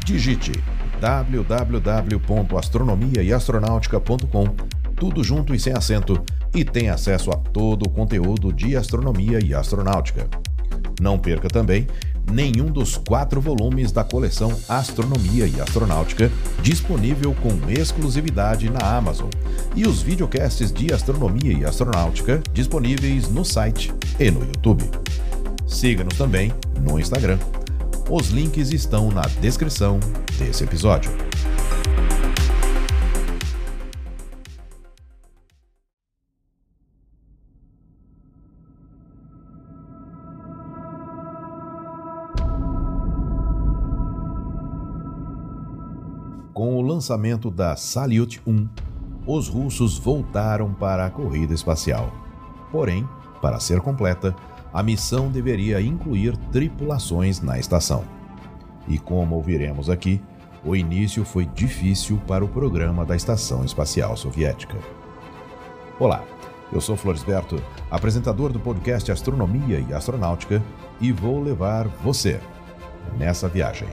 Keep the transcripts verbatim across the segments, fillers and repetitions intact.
Digite w w w ponto astronomia e astronautica ponto com, tudo junto e sem acento, e tenha acesso a todo o conteúdo de astronomia e astronáutica. Não perca também nenhum dos quatro volumes da coleção Astronomia e Astronáutica, disponível com exclusividade na Amazon, e os videocasts de astronomia e astronáutica disponíveis no site e no YouTube. Siga-nos também no Instagram. Os links estão na descrição desse episódio. Com o lançamento da Salyut um, os russos voltaram para a corrida espacial. Porém, para ser completa, a missão deveria incluir tripulações na estação. E como ouviremos aqui, o início foi difícil para o programa da Estação Espacial Soviética. Olá, eu sou Florisberto, apresentador do podcast Astronomia e Astronáutica, e vou levar você nessa viagem.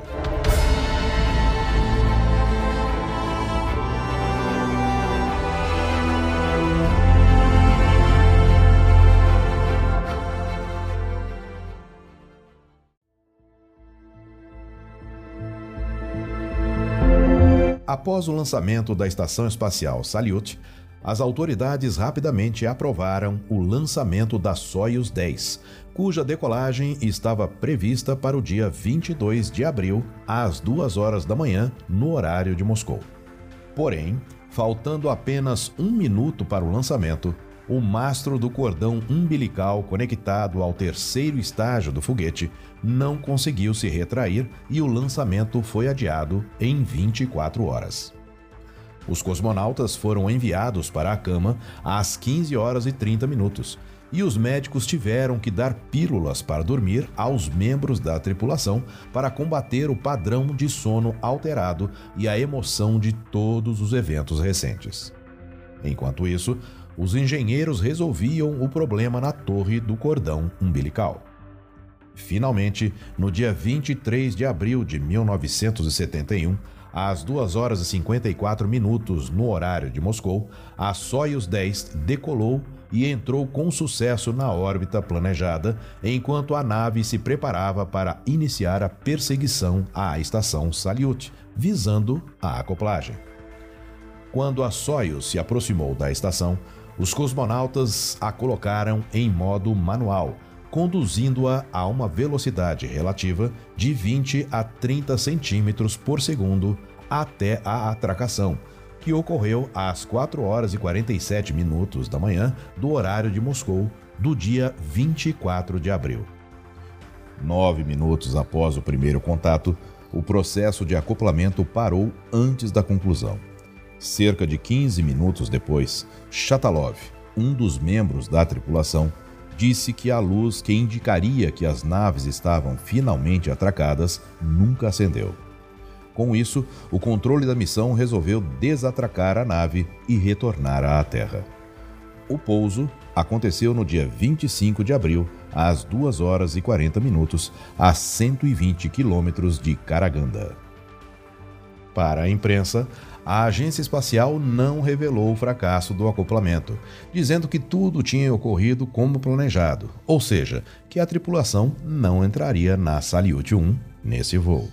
Após o lançamento da Estação Espacial Salyut, as autoridades rapidamente aprovaram o lançamento da Soyuz dez, cuja decolagem estava prevista para o dia vinte e dois de abril, às duas horas da manhã, no horário de Moscou. Porém, faltando apenas um minuto para o lançamento, o mastro do cordão umbilical conectado ao terceiro estágio do foguete não conseguiu se retrair e o lançamento foi adiado em vinte e quatro horas. Os cosmonautas foram enviados para a cama às quinze horas e trinta minutos e os médicos tiveram que dar pílulas para dormir aos membros da tripulação para combater o padrão de sono alterado e a emoção de todos os eventos recentes. Enquanto isso, os engenheiros resolviam o problema na torre do cordão umbilical. Finalmente, no dia vinte e três de abril de mil novecentos e setenta e um, às duas horas e cinquenta e quatro minutos no horário de Moscou, a Soyuz dez decolou e entrou com sucesso na órbita planejada, enquanto a nave se preparava para iniciar a perseguição à estação Salyut, visando a acoplagem. Quando a Soyuz se aproximou da estação, os cosmonautas a colocaram em modo manual, conduzindo-a a uma velocidade relativa de vinte a trinta centímetros por segundo até a atracação, que ocorreu às quatro horas e quarenta e sete minutos da manhã do horário de Moscou, do dia vinte e quatro de abril. Nove minutos após o primeiro contato, o processo de acoplamento parou antes da conclusão. Cerca de quinze minutos depois, Shatalov, um dos membros da tripulação, disse que a luz que indicaria que as naves estavam finalmente atracadas nunca acendeu. Com isso, o controle da missão resolveu desatracar a nave e retornar à Terra. O pouso aconteceu no dia vinte e cinco de abril, às duas horas e quarenta minutos, a cento e vinte quilômetros de Karaganda. Para a imprensa, a agência espacial não revelou o fracasso do acoplamento, dizendo que tudo tinha ocorrido como planejado, ou seja, que a tripulação não entraria na Salyut um nesse voo.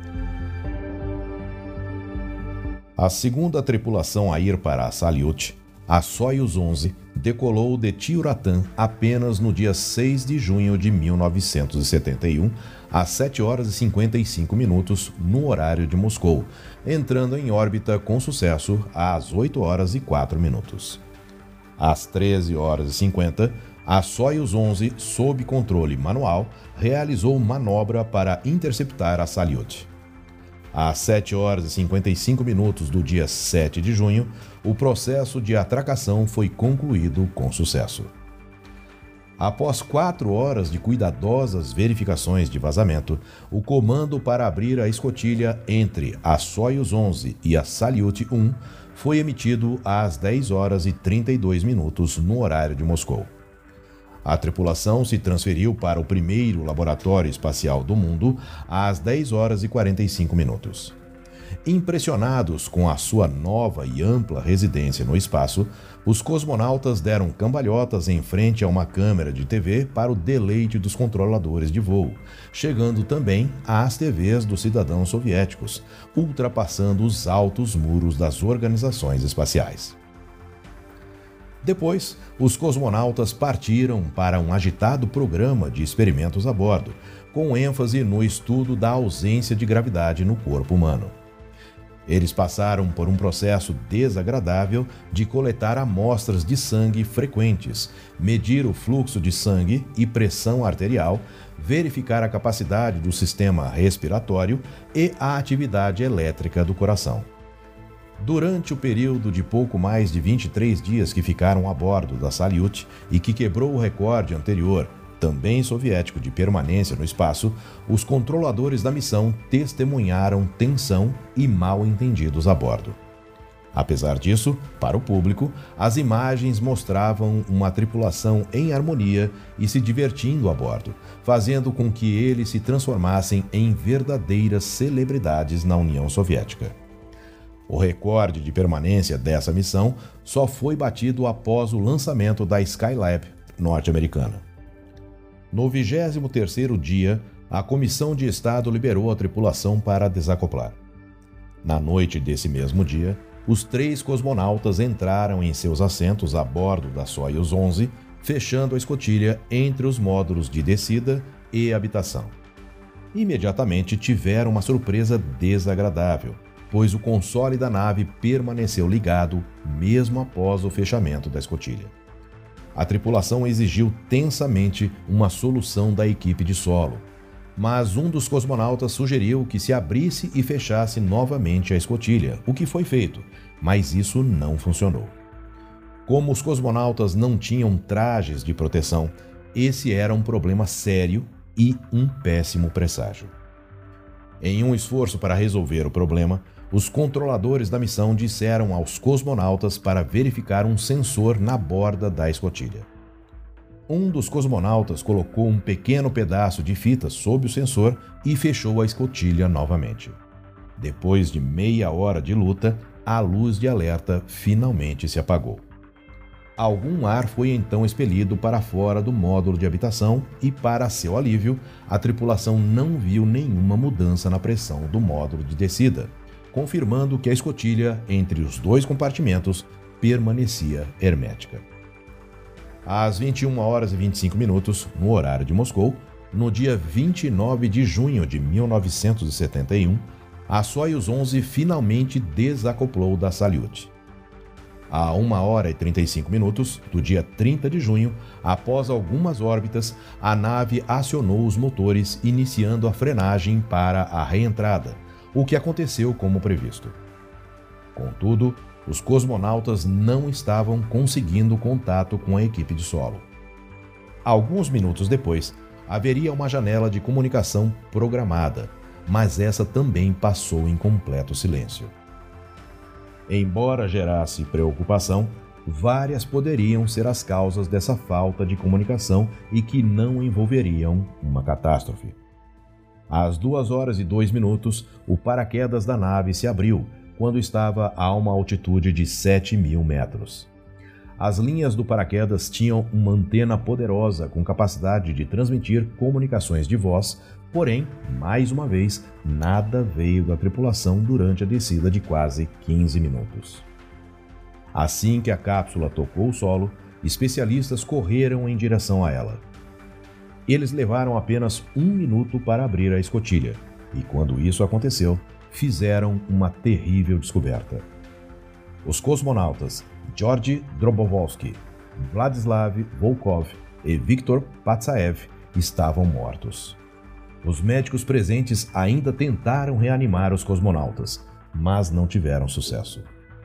A segunda tripulação a ir para a Salyut, a Soyuz onze, decolou de Tyuratam apenas no dia seis de junho de mil novecentos e setenta e um, às sete horas e cinquenta e cinco minutos no horário de Moscou, entrando em órbita com sucesso às oito horas e quatro minutos. Às treze horas e cinquenta, a Soyuz onze, sob controle manual, realizou manobra para interceptar a Salyut. Às sete horas e cinquenta e cinco minutos do dia sete de junho, o processo de atracação foi concluído com sucesso. Após quatro horas de cuidadosas verificações de vazamento, o comando para abrir a escotilha entre a Soyuz onze e a Salyut um foi emitido às dez horas e trinta e dois minutos no horário de Moscou. A tripulação se transferiu para o primeiro laboratório espacial do mundo às dez horas e quarenta e cinco minutos. Impressionados com a sua nova e ampla residência no espaço, os cosmonautas deram cambalhotas em frente a uma câmera de T V para o deleite dos controladores de voo, chegando também às T Vs dos cidadãos soviéticos, ultrapassando os altos muros das organizações espaciais. Depois, os cosmonautas partiram para um agitado programa de experimentos a bordo, com ênfase no estudo da ausência de gravidade no corpo humano. Eles passaram por um processo desagradável de coletar amostras de sangue frequentes, medir o fluxo de sangue e pressão arterial, verificar a capacidade do sistema respiratório e a atividade elétrica do coração. Durante o período de pouco mais de vinte e três dias que ficaram a bordo da Salyut e que quebrou o recorde anterior, também soviético, de permanência no espaço, os controladores da missão testemunharam tensão e mal-entendidos a bordo. Apesar disso, para o público, as imagens mostravam uma tripulação em harmonia e se divertindo a bordo, fazendo com que eles se transformassem em verdadeiras celebridades na União Soviética. O recorde de permanência dessa missão só foi batido após o lançamento da Skylab norte-americana. No vigésimo terceiro dia, a Comissão de Estado liberou a tripulação para desacoplar. Na noite desse mesmo dia, os três cosmonautas entraram em seus assentos a bordo da Soyuz onze, fechando a escotilha entre os módulos de descida e habitação. Imediatamente tiveram uma surpresa desagradável, pois o console da nave permaneceu ligado mesmo após o fechamento da escotilha. A tripulação exigiu tensamente uma solução da equipe de solo, mas um dos cosmonautas sugeriu que se abrisse e fechasse novamente a escotilha, o que foi feito, mas isso não funcionou. Como os cosmonautas não tinham trajes de proteção, esse era um problema sério e um péssimo presságio. Em um esforço para resolver o problema, os controladores da missão disseram aos cosmonautas para verificar um sensor na borda da escotilha. Um dos cosmonautas colocou um pequeno pedaço de fita sob o sensor e fechou a escotilha novamente. Depois de meia hora de luta, a luz de alerta finalmente se apagou. Algum ar foi então expelido para fora do módulo de habitação e, para seu alívio, a tripulação não viu nenhuma mudança na pressão do módulo de descida, confirmando que a escotilha entre os dois compartimentos permanecia hermética. Às vinte e uma horas e vinte e cinco minutos, no horário de Moscou, no dia vinte e nove de junho de mil novecentos e setenta e um, a Soyuz onze finalmente desacoplou da Salyut. A uma hora e trinta e cinco minutos do dia trinta de junho, após algumas órbitas, a nave acionou os motores, iniciando a frenagem para a reentrada, o que aconteceu como previsto. Contudo, os cosmonautas não estavam conseguindo contato com a equipe de solo. Alguns minutos depois, haveria uma janela de comunicação programada, mas essa também passou em completo silêncio. Embora gerasse preocupação, várias poderiam ser as causas dessa falta de comunicação e que não envolveriam uma catástrofe. Às duas horas e dois minutos, o paraquedas da nave se abriu, quando estava a uma altitude de sete mil metros. As linhas do paraquedas tinham uma antena poderosa com capacidade de transmitir comunicações de voz, porém, mais uma vez, nada veio da tripulação durante a descida de quase quinze minutos. Assim que a cápsula tocou o solo, especialistas correram em direção a ela. Eles levaram apenas um minuto para abrir a escotilha, e quando isso aconteceu, fizeram uma terrível descoberta. Os cosmonautas Georgy Drobovsky, Vladislav Volkov e Viktor Patsaev estavam mortos. Os médicos presentes ainda tentaram reanimar os cosmonautas, mas não tiveram sucesso.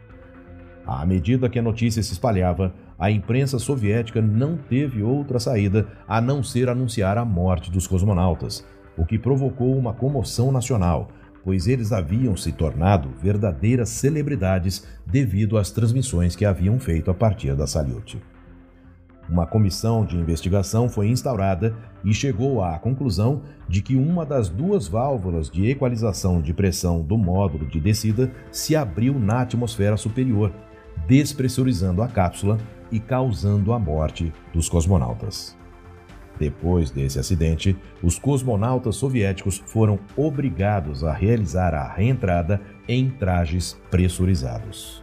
À medida que a notícia se espalhava, a imprensa soviética não teve outra saída a não ser anunciar a morte dos cosmonautas, o que provocou uma comoção nacional, pois eles haviam se tornado verdadeiras celebridades devido às transmissões que haviam feito a partir da Salyut. Uma comissão de investigação foi instaurada e chegou à conclusão de que uma das duas válvulas de equalização de pressão do módulo de descida se abriu na atmosfera superior, despressurizando a cápsula e causando a morte dos cosmonautas. Depois desse acidente, os cosmonautas soviéticos foram obrigados a realizar a reentrada em trajes pressurizados.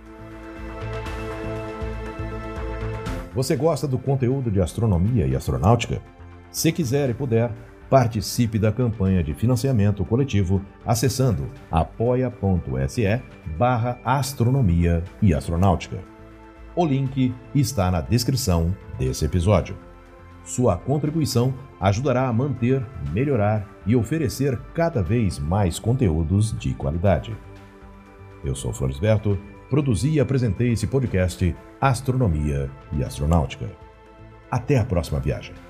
Você gosta do conteúdo de astronomia e astronáutica? Se quiser e puder, participe da campanha de financiamento coletivo acessando apoia.se barra astronomia e astronáutica. O link está na descrição desse episódio. Sua contribuição ajudará a manter, melhorar e oferecer cada vez mais conteúdos de qualidade. Eu sou Florisberto, produzi e apresentei esse podcast Astronomia e Astronáutica. Até a próxima viagem.